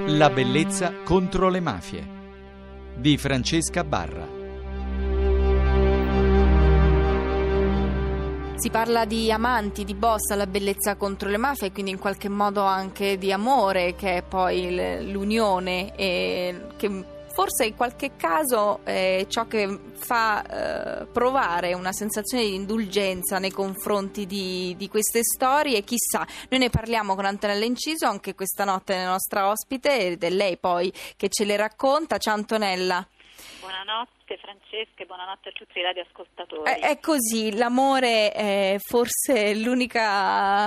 La bellezza contro le mafie di Francesca Barra. Si parla di amanti, di boss alla bellezza contro le mafie, e quindi in qualche modo anche di amore, che è poi l'unione, e che forse in qualche caso è ciò che fa provare una sensazione di indulgenza nei confronti di queste storie. Chissà, noi ne parliamo con Antonella Inciso anche questa notte, la nostra ospite, ed è lei poi che ce le racconta. Ciao Antonella. Buonanotte Francesca e buonanotte a tutti i radioascoltatori. È così, l'amore è forse l'unica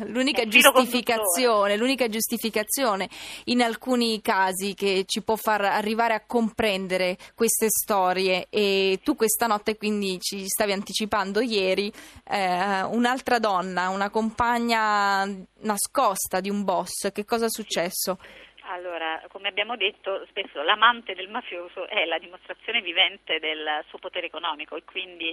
giustificazione in alcuni casi che ci può far arrivare a comprendere queste storie. E tu questa notte quindi ci stavi anticipando ieri un'altra donna, una compagna nascosta di un boss. Che cosa è successo? Allora, come abbiamo detto, spesso l'amante del mafioso è la dimostrazione vivente del suo potere economico e quindi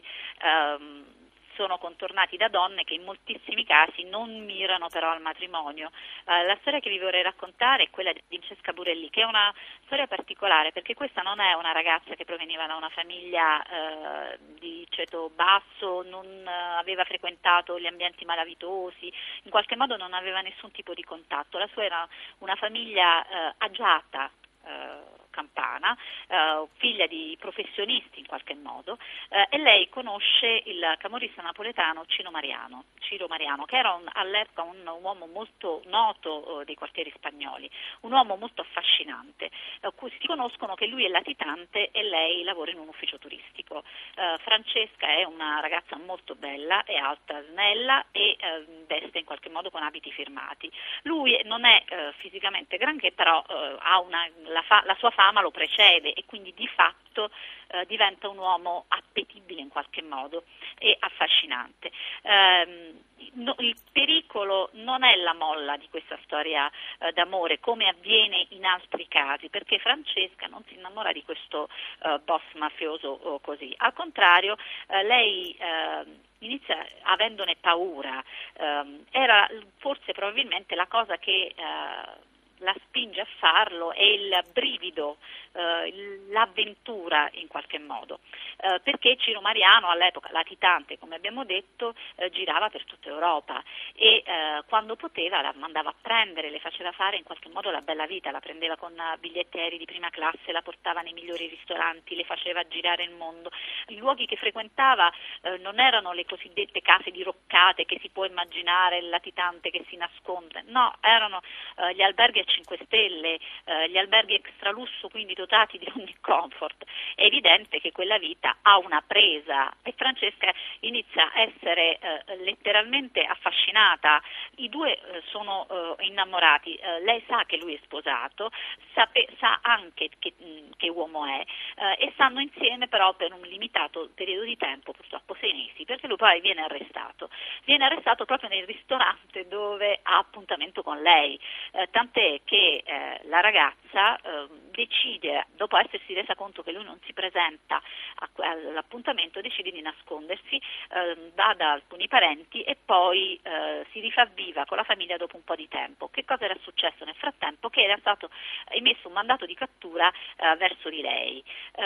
sono contornati da donne che in moltissimi casi non mirano però al matrimonio. La storia che vi vorrei raccontare è quella di Francesca Burelli, che è una storia particolare perché questa non è una ragazza che proveniva da una famiglia di ceto basso, non aveva frequentato gli ambienti malavitosi, in qualche modo non aveva nessun tipo di contatto. La sua era una famiglia agiata, campana, figlia di professionisti in qualche modo, e lei conosce il camorrista napoletano Ciro Mariano, che era all'epoca un uomo molto noto dei quartieri spagnoli, un uomo molto affascinante, cui si conoscono che lui è latitante e lei lavora in un ufficio turistico. Francesca è una ragazza molto bella, è alta, snella e veste in qualche modo con abiti firmati. Lui non è fisicamente granché, però ha la sua fama lo precede e quindi di fatto diventa un uomo appetibile in qualche modo e affascinante. Il pericolo non è la molla di questa storia d'amore come avviene in altri casi, perché Francesca non si innamora di questo boss mafioso così. Al contrario, lei inizia avendone paura. Era forse probabilmente la cosa che la spinge a farlo è il brivido, l'avventura in qualche modo, perché Ciro Mariano all'epoca, latitante come abbiamo detto, girava per tutta Europa e quando poteva la mandava a prendere, le faceva fare in qualche modo la bella vita, la prendeva con biglietti aerei di prima classe, la portava nei migliori ristoranti, le faceva girare il mondo. I luoghi che frequentava non erano le cosiddette case diroccate che si può immaginare, il latitante che si nasconde, no, erano gli alberghi a 5 stelle, gli alberghi extralusso, quindi dotati di ogni comfort. È evidente che quella vita ha una presa e Francesca inizia a essere letteralmente affascinata. I due sono innamorati, lei sa che lui è sposato, sa anche che uomo è, e stanno insieme però per un limitato periodo di tempo, purtroppo 6 mesi, perché lui poi viene arrestato proprio nel ristorante dove ha appuntamento con lei, tant'è che la ragazza decide, dopo essersi resa conto che lui non si presenta all'appuntamento, decide di nascondersi, va da alcuni parenti e poi si rifà viva con la famiglia dopo un po' di tempo. Che cosa era successo nel frattempo? Che era stato emesso un mandato di cattura verso di lei,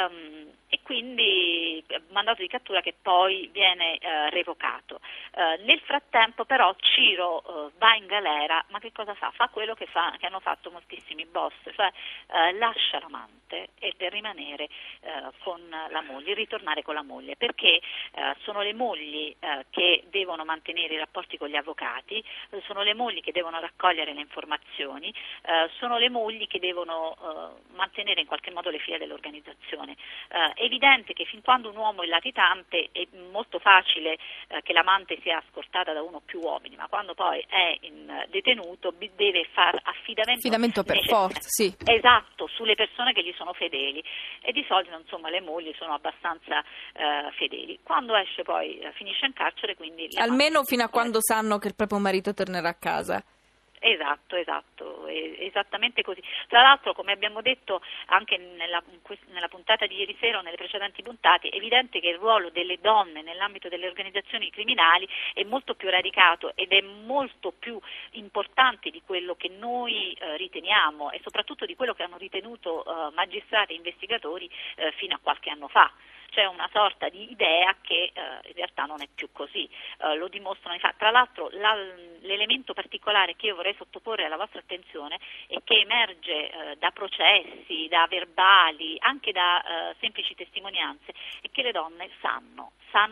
e quindi mandato di cattura che poi viene revocato. Nel frattempo però Ciro va in galera, ma che cosa fa? Fa quello che hanno fatto moltissimi boss, cioè lascia l'amante e per rimanere con la moglie, ritornare con la moglie, perché sono le mogli che devono mantenere i rapporti con gli avvocati, sono le mogli che devono raccogliere le informazioni, sono le mogli che devono mantenere in qualche modo le fila dell'organizzazione. È evidente che fin quando un uomo è latitante è molto facile che l'amante sia scortata da uno o più uomini, ma quando poi è detenuto deve far affidamento per forza, sì. Esatto, sulle persone che gli sono fedeli, e di solito insomma le mogli sono abbastanza fedeli. Quando esce poi finisce in carcere, quindi almeno fino a quando sanno che il proprio marito tornerà a casa. Esatto, esattamente così. Tra l'altro, come abbiamo detto anche nella puntata di ieri sera o nelle precedenti puntate, è evidente che il ruolo delle donne nell'ambito delle organizzazioni criminali è molto più radicato ed è molto più importante di quello che noi riteniamo e soprattutto di quello che hanno ritenuto magistrati e investigatori fino a qualche anno fa. C'è una sorta di idea che in realtà non è più così, lo dimostrano i fatti. Tra l'altro l'elemento particolare che io vorrei sottoporre alla vostra attenzione è che emerge da processi, da verbali, anche da semplici testimonianze, è che le donne sanno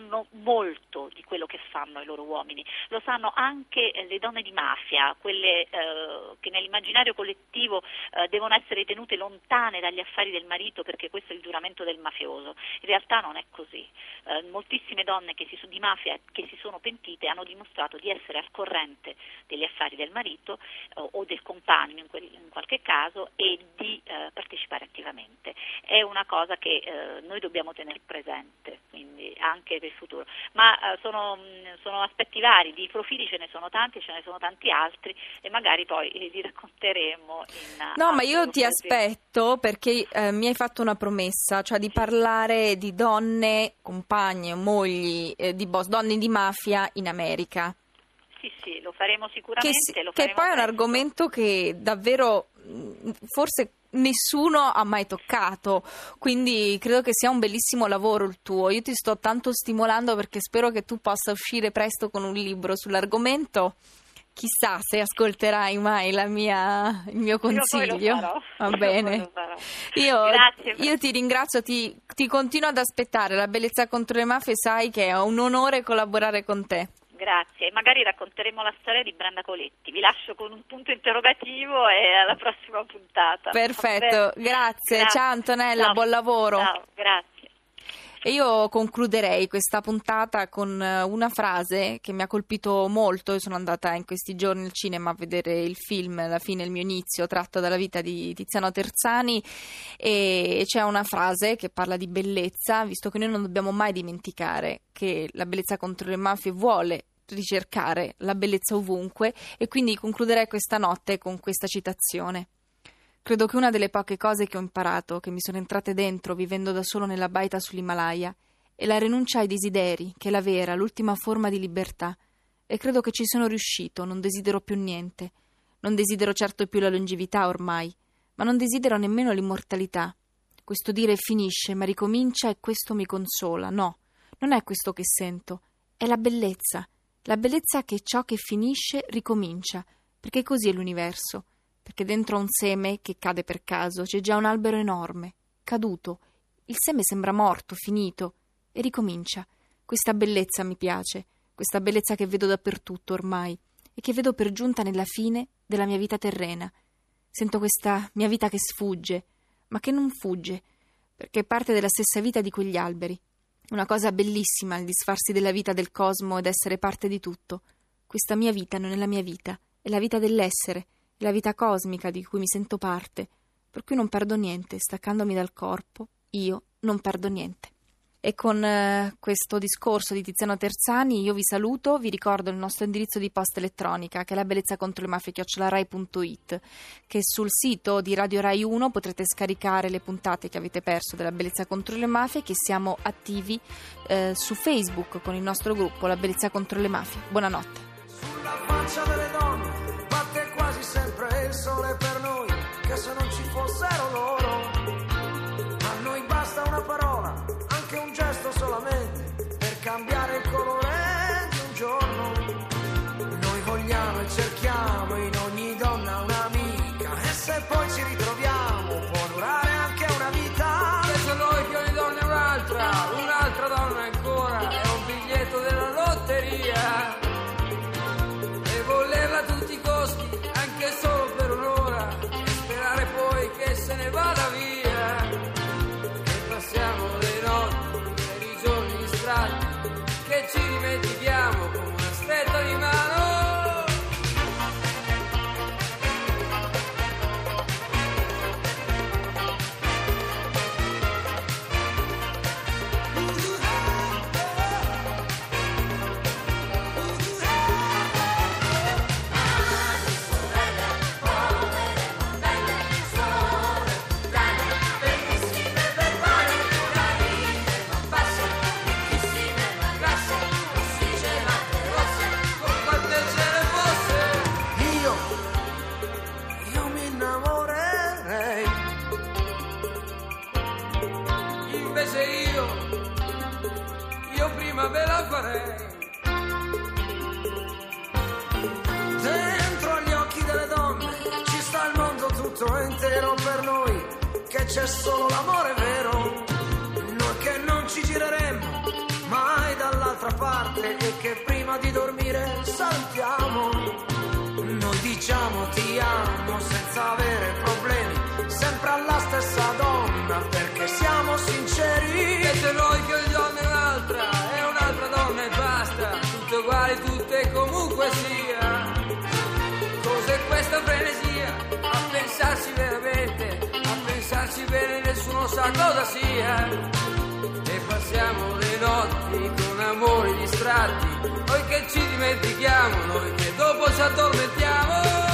molto di quello che fanno i loro uomini, lo sanno anche le donne di mafia, quelle che nell'immaginario collettivo devono essere tenute lontane dagli affari del marito perché questo è il giuramento del mafioso. In realtà non è così. Moltissime donne di mafia che si sono pentite hanno dimostrato di essere al corrente degli affari del marito o del compagno in qualche caso e di partecipare attivamente. È una cosa che noi dobbiamo tenere presente, quindi anche per il futuro. Ma sono aspetti vari, di profili ce ne sono tanti altri e magari poi li racconteremo No, ma io ti aspetto perché mi hai fatto una promessa, cioè di parlare di donne, compagne, mogli di boss, donne di mafia in America. Sì, lo faremo sicuramente. Che poi è un argomento che davvero forse nessuno ha mai toccato, quindi credo che sia un bellissimo lavoro il tuo. Io ti sto tanto stimolando perché spero che tu possa uscire presto con un libro sull'argomento. Chissà se ascolterai mai il mio consiglio. Io poi lo farò. Va bene. Grazie. Io ti ringrazio, ti continuo ad aspettare. La bellezza contro le mafie, sai che è un onore collaborare con te. Grazie, e magari racconteremo la storia di Brenda Coletti. Vi lascio con un punto interrogativo e alla prossima puntata. Perfetto, grazie. Ciao Antonella, buon lavoro. Ciao, grazie. E io concluderei questa puntata con una frase che mi ha colpito molto. Io sono andata in questi giorni al cinema a vedere il film La fine è il mio inizio, tratto dalla vita di Tiziano Terzani, e c'è una frase che parla di bellezza, visto che noi non dobbiamo mai dimenticare che la bellezza contro le mafie vuole ricercare la bellezza ovunque, e quindi concluderei questa notte con questa citazione. Credo che una delle poche cose che ho imparato, che mi sono entrate dentro vivendo da solo nella baita sull'Himalaya, è la rinuncia ai desideri, che è la vera, l'ultima forma di libertà. E credo che ci sono riuscito, non desidero più niente. Non desidero certo più la longevità ormai, ma non desidero nemmeno l'immortalità. Questo dire finisce, ma ricomincia e questo mi consola. No, non è questo che sento, è la bellezza che ciò che finisce ricomincia, perché così è l'universo. Perché dentro un seme che cade per caso c'è già un albero enorme, caduto. Il seme sembra morto, finito, e ricomincia. Questa bellezza mi piace, questa bellezza che vedo dappertutto ormai, e che vedo per giunta nella fine della mia vita terrena. Sento questa mia vita che sfugge, ma che non fugge, perché è parte della stessa vita di quegli alberi. Una cosa bellissima il disfarsi della vita del cosmo ed essere parte di tutto. Questa mia vita non è la mia vita, è la vita dell'essere, la vita cosmica di cui mi sento parte, per cui non perdo niente, staccandomi dal corpo, io non perdo niente. E con questo discorso di Tiziano Terzani io vi saluto, vi ricordo il nostro indirizzo di posta elettronica, che è labellezzacontrolemafie@rai.it, che sul sito di Radio Rai 1 potrete scaricare le puntate che avete perso della Bellezza contro le Mafie, che siamo attivi su Facebook con il nostro gruppo La Bellezza contro le Mafie. Buonanotte. Sulla faccia delle donne batte quasi sempre il sole per noi, che se non ci fossero loro, a noi basta una parola, anche un gesto solamente, per cambiare il colore di un giorno. Noi vogliamo e cerchiamo in ogni donna un'amica, e se poi ci ritroviamo può durare anche una vita. Penso noi che ogni donna è un'altra donna ancora, è un biglietto della lotteria. Volerla a tutti i costi, anche solo per un'ora, e sperare poi che se ne vada via. E passiamo le notti e i giorni distratti, che ci dimentichiamo con una stretta di mano. ma me la farei. Dentro agli occhi delle donne ci sta il mondo tutto intero per noi, che c'è solo l'amore vero, noi che non ci gireremo mai dall'altra parte e che prima di dormire salutiamo. Noi diciamo ti amo senza avere problemi, sempre alla stessa donna perché siamo sinceri. E se noi che ogni è un'altra, è un'altra donna e basta, tutte uguali, tutte comunque sia. Cos'è questa frenesia? A pensarsi veramente, a pensarsi bene, nessuno sa cosa sia. E passiamo le notti con amori distratti, noi che ci dimentichiamo, noi che dopo ci addormentiamo.